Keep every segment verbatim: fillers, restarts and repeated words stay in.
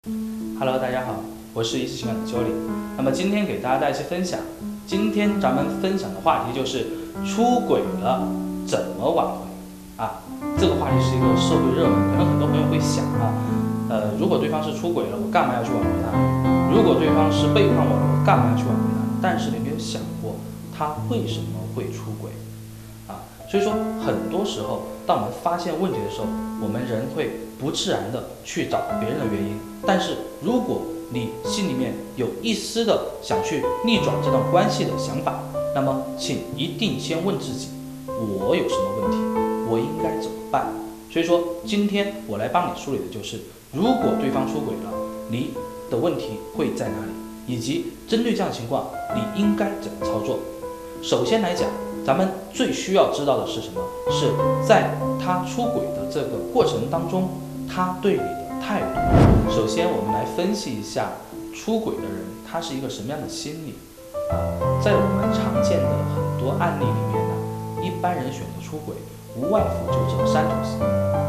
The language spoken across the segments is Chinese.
Hello， 大家好，我是一次情感的 Jolly。那么今天给大家带一些分享。今天咱们分享的话题就是出轨了怎么挽回啊？这个话题是一个社会热门，可能很多朋友会想啊，呃，如果对方是出轨了，我干嘛要去挽回他？如果对方是背叛我了，我干嘛要去挽回他？但是你没有想过他为什么会出轨啊？所以说，很多时候当我们发现问题的时候，我们人会不自然的去找别人的原因。但是如果你心里面有一丝的想去逆转这段关系的想法，那么请一定先问自己，我有什么问题，我应该怎么办？所以说今天我来帮你梳理的就是，如果对方出轨了，你的问题会在哪里，以及针对这样的情况你应该怎么操作。首先来讲，咱们最需要知道的是什么？是在他出轨的这个过程当中，他对你的态度。首先我们来分析一下出轨的人他是一个什么样的心理啊？在我们常见的很多案例里面呢，一般人选择出轨无外乎就这三种心理。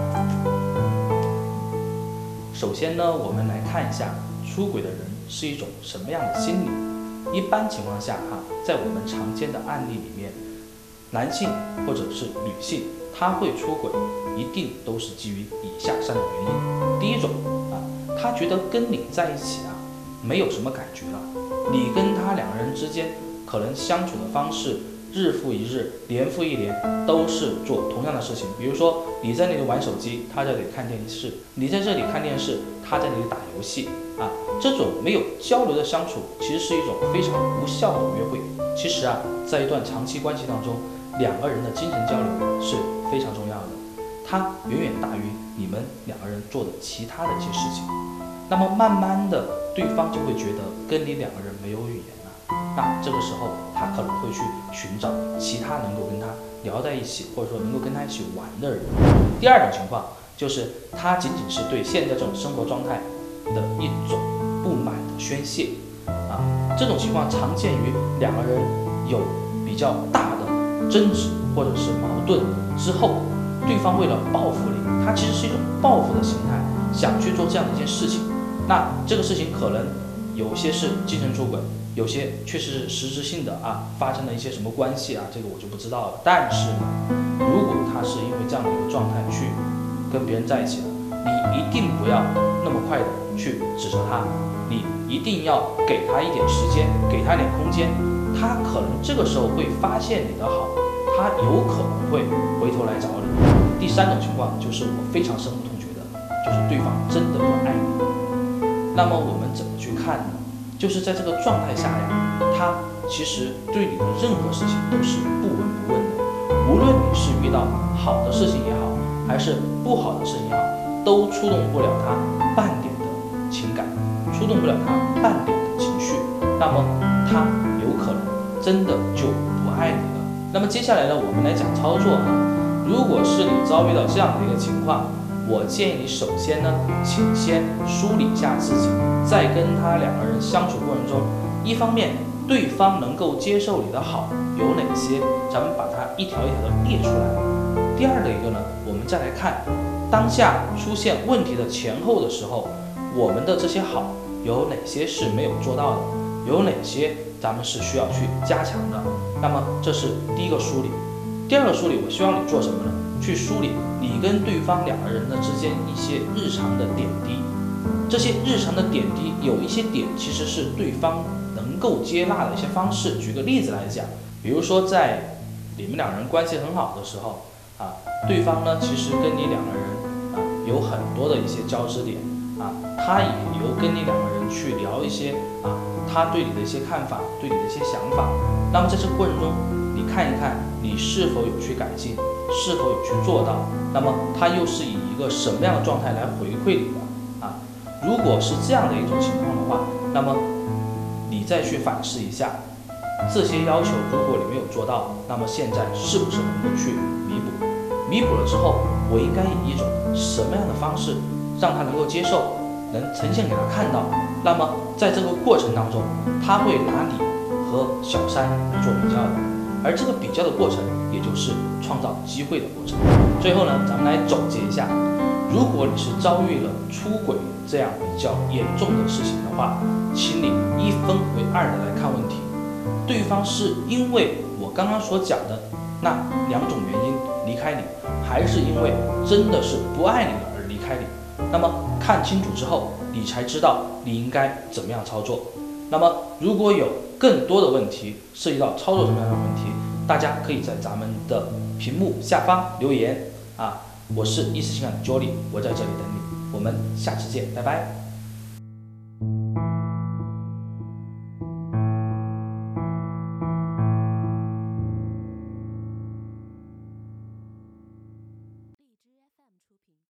首先呢，我们来看一下出轨的人是一种什么样的心理。一般情况下哈，在我们常见的案例里面，男性或者是女性他会出轨，一定都是基于以下三种原因。第一种啊，他觉得跟你在一起啊没有什么感觉了，你跟他两个人之间可能相处的方式日复一日，年复一年，都是做同样的事情。比如说你在那里玩手机，他在这里看电视；你在这里看电视，他在那里打游戏啊。这种没有交流的相处，其实是一种非常无效的约会。其实啊，在一段长期关系当中，两个人的精神交流是非常重要的，它远远大于你们两个人做的其他的一些事情。那么慢慢的，对方就会觉得跟你两个人没有语言了，那这个时候他可能会去寻找其他能够跟他聊在一起，或者说能够跟他一起玩的人。第二种情况就是他仅仅是对现在这种生活状态的一种不满的宣泄啊，这种情况常见于两个人有比较大的争执或者是矛盾之后，对方为了报复你，他其实是一种报复的心态，想去做这样的一件事情。那这个事情可能有些是精神出轨，有些确实是实质性的啊，发生了一些什么关系啊，这个我就不知道了。但是呢，如果他是因为这样的一个状态去跟别人在一起了，你一定不要那么快的去指责他，你一定要给他一点时间，给他一点空间，他可能这个时候会发现你的好，他有可能会回头来找你。第三种情况就是我非常深恶痛绝的，就是对方真的不爱你。那么我们怎么去看呢？就是在这个状态下呀，他其实对你的任何事情都是不闻不问的，无论你是遇到好的事情也好，还是不好的事情也好，都触动不了他半点的情感，触动不了他半点的情绪，那么他有可能真的就不爱你了。那么接下来呢，我们来讲操作啊。如果是你遭遇到这样的一个情况，我建议你首先呢，请先梳理一下自己，在跟他两个人相处过程中，一方面对方能够接受你的好有哪些，咱们把它一条一条的列出来。第二的一个呢，我们再来看当下出现问题的前后的时候，我们的这些好有哪些是没有做到的，有哪些咱们是需要去加强的。那么这是第一个梳理。第二个梳理，我希望你做什么呢？去梳理你跟对方两个人的之间一些日常的点滴。这些日常的点滴，有一些点其实是对方能够接纳的一些方式。举个例子来讲，比如说在你们两个人关系很好的时候啊，对方呢其实跟你两个人啊有很多的一些交织点啊，他也有跟你两个人去聊一些啊他对你的一些看法，对你的一些想法。那么在这个过程中，你看一看你是否有去改进，是否有去做到，那么他又是以一个什么样的状态来回馈你的啊？如果是这样的一种情况的话，那么你再去反思一下这些要求，如果你没有做到，那么现在是不是能够去弥补？弥补了之后，我应该以一种什么样的方式让他能够接受，能呈现给他看到？那么在这个过程当中，他会拿你和小三来做比较的，而这个比较的过程，也就是创造机会的过程。最后呢，咱们来总结一下， 如果你是遭遇了出轨这样比较严重的事情的话，请你一分为二的来看问题。对方是因为我刚刚所讲的那两种原因离开你，还是因为真的是不爱你了而离开你？那么看清楚之后，你才知道你应该怎么样操作。那么如果有更多的问题涉及到操作什么样的问题，大家可以在咱们的屏幕下方留言啊。我是意识情感的 Jolly， 我在这里等你，我们下期见，拜拜。